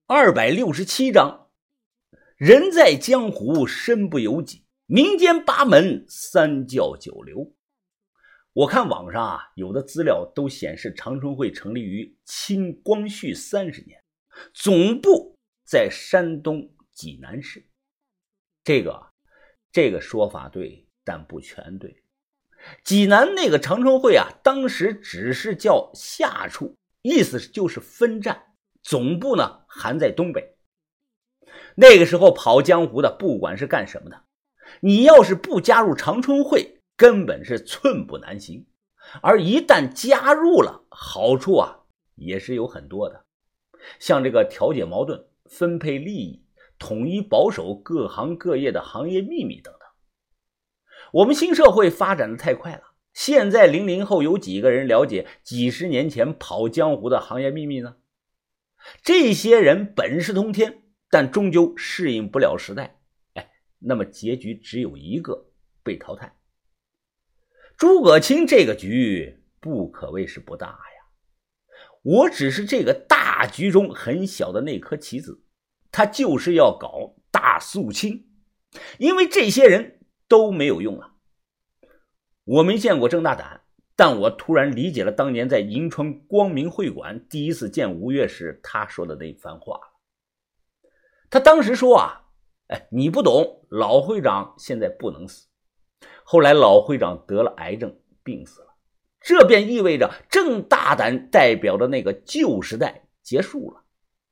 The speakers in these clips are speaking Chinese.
267章，人在江湖身不由己，民间八门三教九流。我看网上有的资料都显示长春会成立于清光绪30年，总部在山东济南市。这个说法对，但不全对。济南那个长春会当时只是叫下处，意思就是分站，总部呢还在东北。那个时候跑江湖的不管是干什么的，你要是不加入长春会根本是寸步难行，而一旦加入了，好处也是有很多的，像这个调解矛盾、分配利益、统一保守各行各业的行业秘密等等。我们新社会发展的太快了，现在00后有几个人了解几十年前跑江湖的行业秘密呢？这些人本事通天，但终究适应不了时代，那么结局只有一个，被淘汰。诸葛青这个局不可谓是不大呀，我只是这个大局中很小的那颗棋子，他就是要搞大肃清，因为这些人都没有用了。我没见过郑大胆，但我突然理解了当年在银川光明会馆第一次见吴越时他说的那番话。他当时说你不懂，老会长现在不能死。后来老会长得了癌症病死了，这便意味着郑大胆代表的那个旧时代结束了。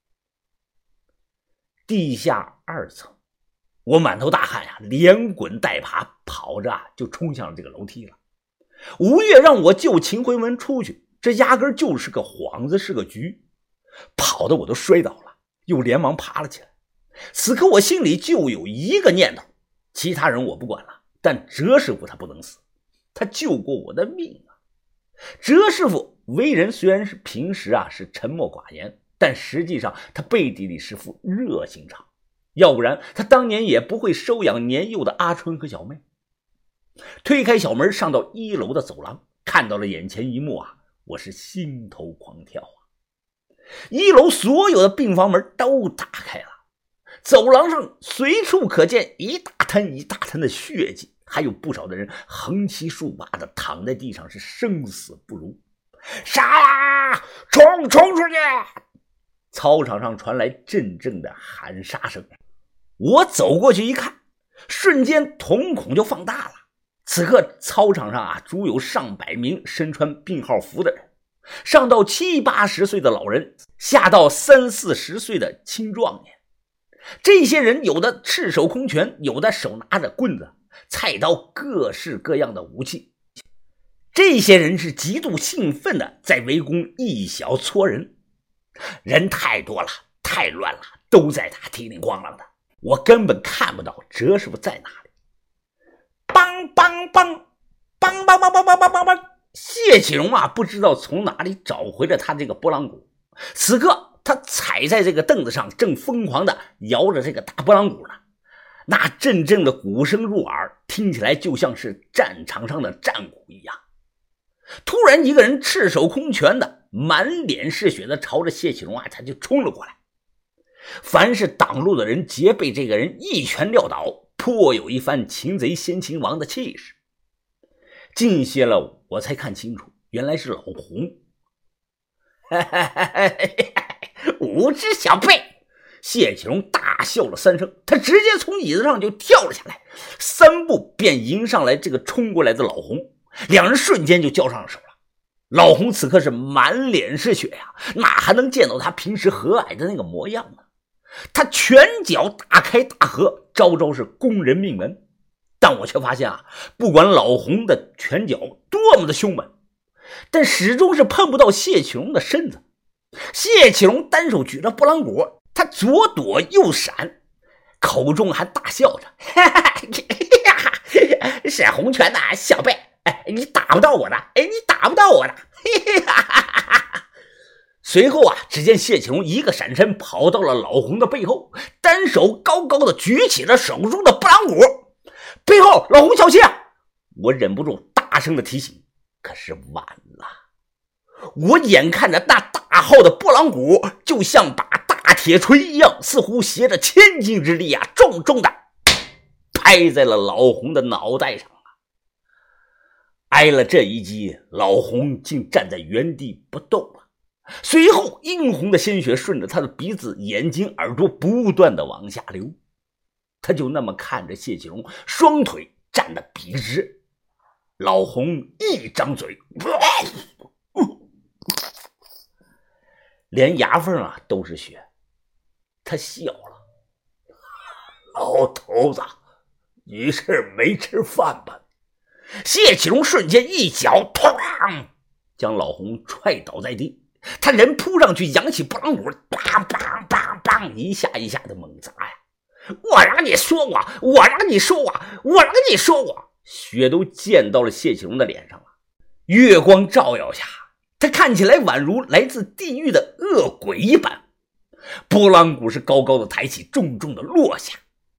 地下2层，我满头大汗连滚带爬跑着就冲向了这个楼梯了。吴越让我救秦回文出去，这压根就是个幌子，是个局，跑得我都摔倒了，又连忙爬了起来。此刻我心里就有一个念头，其他人我不管了，但哲师傅他不能死，他救过我的命啊。哲师傅为人虽然是平时是沉默寡言，但实际上他背地里是副热心肠，要不然他当年也不会收养年幼的阿春和小妹。推开小门上到1楼的走廊，看到了眼前一幕我是心头狂跳1楼所有的病房门都打开了，走廊上随处可见一大滩一大滩的血迹，还有不少的人横七竖八的躺在地上，是生死不如。杀呀！冲出去！操场上传来阵阵的喊杀声。我走过去一看，瞬间瞳孔就放大了。此刻操场上足有上百名身穿病号服的人，上到70、80岁的老人，下到30、40岁的青壮年。这些人有的赤手空拳，有的手拿着棍子、菜刀，各式各样的武器。这些人是极度兴奋的在围攻一小撮人，人太多了，太乱了，都在打叮铃咣啷的，我根本看不到哲师傅在哪里。梆梆梆梆梆梆梆梆梆梆梆，谢启荣不知道从哪里找回了他这个拨浪鼓。此刻他踩在这个凳子上，正疯狂的摇着这个大拨浪鼓呢。那阵阵的鼓声入耳，听起来就像是战场上的战鼓一样。突然一个人赤手空拳的满脸是血的朝着谢启荣他就冲了过来。凡是挡路的人皆被这个人一拳撂倒，颇有一番擒贼先擒王的气势。近些了我才看清楚，原来是老洪。无知小辈！谢启荣大笑了3声，他直接从椅子上就跳了下来，3步便迎上来这个冲过来的老洪，两人瞬间就交上了手了。老洪此刻是满脸是血哪还能见到他平时和蔼的那个模样呢？他拳脚大开大合，招招是攻人命门。但我却发现不管老洪的拳脚多么的凶猛，但始终是碰不到谢启荣的身子。谢启荣单手举着拨浪鼓，他左躲右闪，口中还大笑着，是洪拳小辈，你打不到我的，你打不到我的。随后只见谢启荣一个闪身跑到了老洪的背后，单手高高的举起了手中的拨浪鼓。背后老洪小心我忍不住大声的提醒，可是晚了。我眼看着那大号的拨浪鼓就像把大铁锤一样，似乎携着千斤之力啊，重重的拍在了老洪的脑袋上啊！挨了这一击，老洪竟站在原地不动了。随后，殷红的鲜血顺着他的鼻子、眼睛、耳朵不断的往下流。他就那么看着谢启荣，双腿站得笔直。老洪一张嘴，连牙缝啊都是血。他笑了：“老头子，你是没吃饭吧？”谢启荣瞬间一脚突将老洪踹倒在地，他人扑上去，扬起拨浪鼓，梆梆梆梆，一下一下的猛砸呀！我让你说我，我让你说我，我让你说我！血都溅到了谢启荣的脸上了。月光照耀下，他看起来宛如来自地狱的恶鬼一般。拨浪鼓是高高的抬起，重重的落下。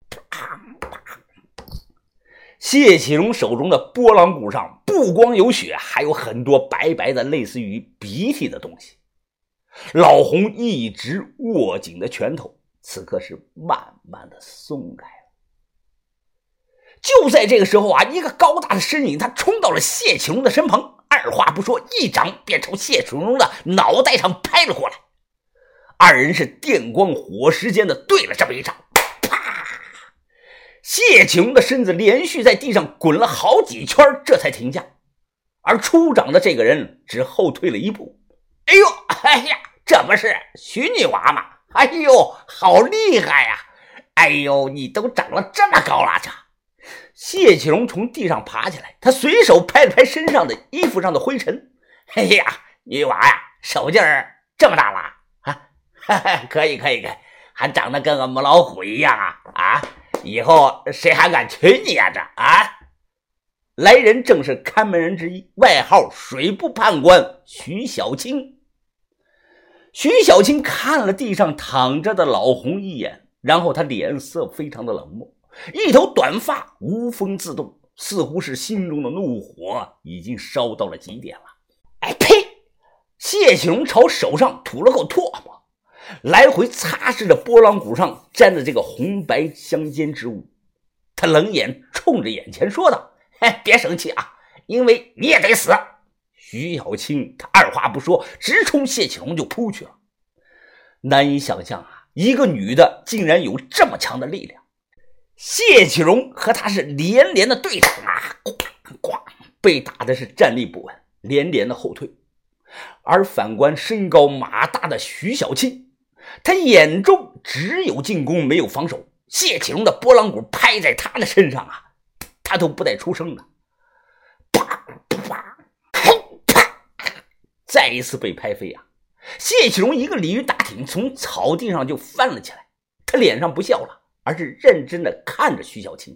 谢启荣手中的拨浪鼓上不光有血，还有很多白白的类似于鼻涕的东西。老洪一直握紧的拳头此刻是慢慢的松开了。就在这个时候啊，一个高大的身影他冲到了谢启荣的身旁，二话不说，一掌便朝谢启荣的脑袋上拍了过来。二人是电光火石间的对了这么一掌，啪！谢启荣的身子连续在地上滚了好几圈，这才停下。而出掌的这个人只后退了一步。哎呦，哎呀，这不是徐女娃吗？哎呦，好厉害呀！哎呦，你都长了这么高了！这谢启荣从地上爬起来，他随手拍了拍身上的衣服上的灰尘。哎呀，女娃呀，手劲儿这么大了啊！可以，还长得跟个母老虎一样啊！以后谁还敢娶你啊？这啊！来人正是看门人之一，外号水部判官徐小青。徐小青看了地上躺着的老洪一眼，然后他脸色非常的冷漠，一头短发无风自动，似乎是心中的怒火已经烧到了极点了。哎呸！谢启荣朝手上吐了口唾沫，来回擦拭着拨浪鼓上沾着这个红白相间之物。他冷眼冲着眼前说道：“别生气啊，因为你也得死。”徐小青他二话不说，直冲谢启荣就扑去了。难以想象啊，一个女的竟然有这么强的力量。谢启荣和他是连连的对打啊，咣，被打的是站立不稳，连连的后退。而反观身高马大的徐小青，他眼中只有进攻没有防守。谢启荣的拨浪鼓拍在他的身上啊，他都不带出声的。啪啪啪，再一次被拍飞啊！谢启荣一个鲤鱼打挺，从草地上就翻了起来。他脸上不笑了，而是认真的看着徐小青。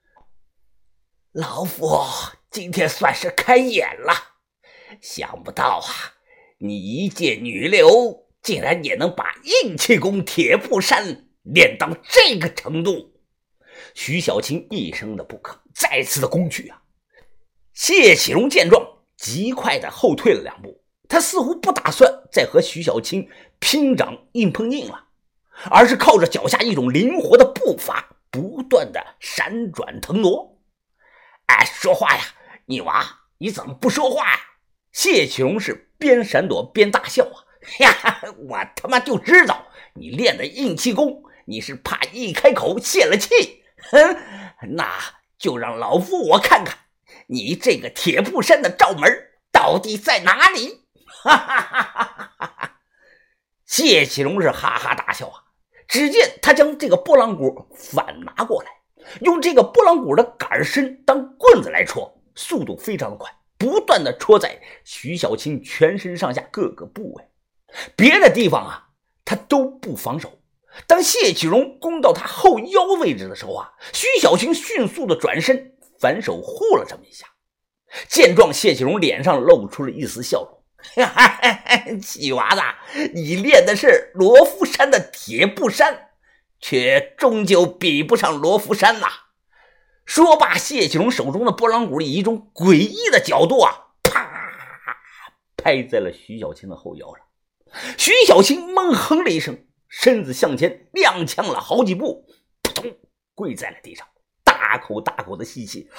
老夫今天算是开眼了，想不到啊，你一介女流竟然也能把硬气功铁布衫练到这个程度。徐小青一声的不吭，再次的攻去啊！谢启荣见状，极快的后退了两步，他似乎不打算再和徐小青拼掌硬碰硬了，而是靠着脚下一种灵活的步伐，不断的闪转腾挪。哎，说话呀，女娃，你怎么不说话呀？谢启荣是边闪躲边大笑啊！呀，我他妈就知道你练的硬气功，你是怕一开口泄了气。哼，那就让老夫我看看你这个铁布衫的罩门到底在哪里。哈哈哈哈哈哈！谢启荣是哈哈大笑啊！只见他将这个拨浪鼓反拿过来，用这个拨浪鼓的杆身当棍子来戳，速度非常的快，不断的戳在徐小青全身上下各个部位，别的地方啊他都不防守。当谢启荣攻到他后腰位置的时候啊，徐小青迅速的转身反手护了这么一下。见状，谢启荣脸上露出了一丝笑容。喜娃子，你练的是罗浮山的铁布衫，却终究比不上罗浮山呐。说罢，谢启荣手中的拨浪鼓以一种诡异的角度啊，啪，拍在了徐小青的后腰上。徐小青闷哼了一声， 身子向前踉跄了好几步，扑通跪在了地上，大口大口的吸气。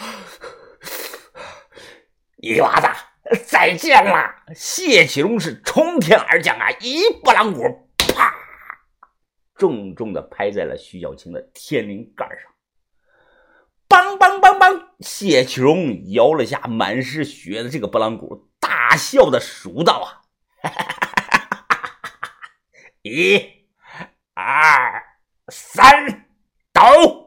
一娃子，再见了！谢启荣是冲天而降啊，一拨浪鼓，啪，重重的拍在了徐小青的天灵盖上。梆梆梆梆，谢启荣摇了下满是血的这个拨浪鼓，大笑的数道啊！1、2、3，倒！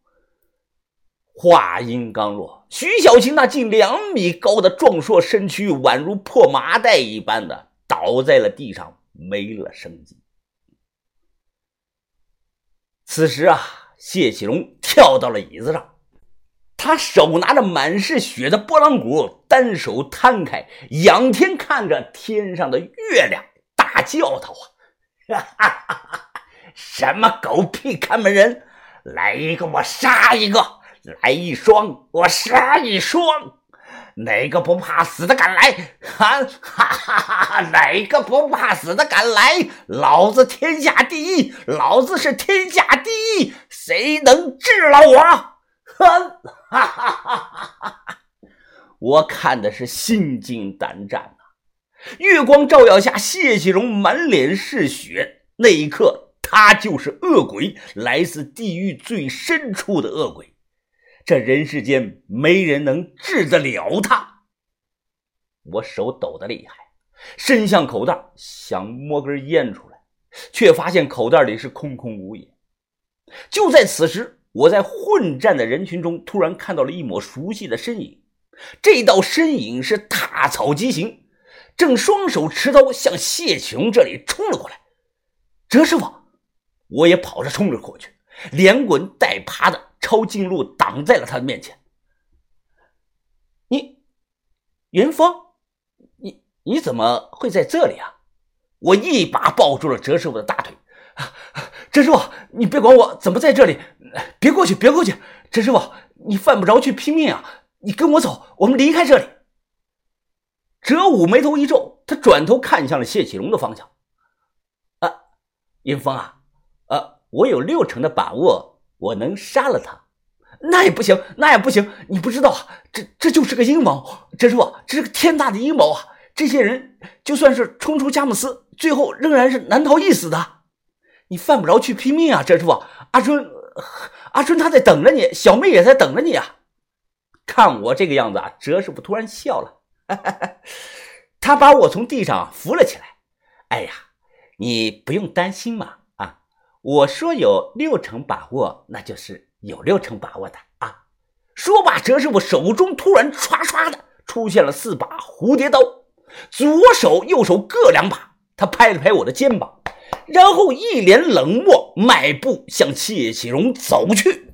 话音刚落，徐小青那近2米高的壮硕身躯宛如破麻袋一般的倒在了地上，没了生机。此时啊，谢启荣跳到了椅子上，他手拿着满是血的拨浪鼓，单手摊开，仰天看着天上的月亮，大叫道啊！什么狗屁看门人，来一个我杀一个，来一双我杀一双，哪个不怕死的敢来？哈哈！哪个不怕死的敢来？老子天下第一，老子是天下第一，谁能治了我？哈哈！我看的是心惊胆战啊！月光照耀下，谢启荣满脸是血，那一刻他就是恶鬼，来自地狱最深处的恶鬼，这人世间没人能治得了他。我手抖得厉害，伸向口袋想摸根烟出来，却发现口袋里是空空无也。就在此时，我在混战的人群中突然看到了一抹熟悉的身影，这道身影是踏草疾行，正双手持刀向谢启荣这里冲了过来。哲师傅，我也跑着冲了过去，连滚带爬的抄近路挡在了他的面前。云峰，你怎么会在这里啊？我一把抱住了哲师傅的大腿。哲师傅，你别管我怎么在这里，别过去，哲师傅，你犯不着去拼命啊，你跟我走，我们离开这里。哲武眉头一皱，他转头看向了谢启荣的方向。云峰啊，我有60%的把握我能杀了他。那也不行，你不知道啊，这就是个阴谋，哲师傅，这是个天大的阴谋啊！这些人就算是冲出佳木斯，最后仍然是难逃一死的。你犯不着去拼命啊，哲师傅。阿春他在等着你，小妹也在等着你啊。看我这个样子啊，哲师傅突然笑了，他把我从地上扶了起来。哎呀，你不用担心嘛，我说有60%把握，那就是有60%把握的啊！说罢，哲师傅手中突然唰唰的出现了4把蝴蝶刀，左手右手各2把。他拍了拍我的肩膀，然后一脸冷漠，迈步向谢启荣走去。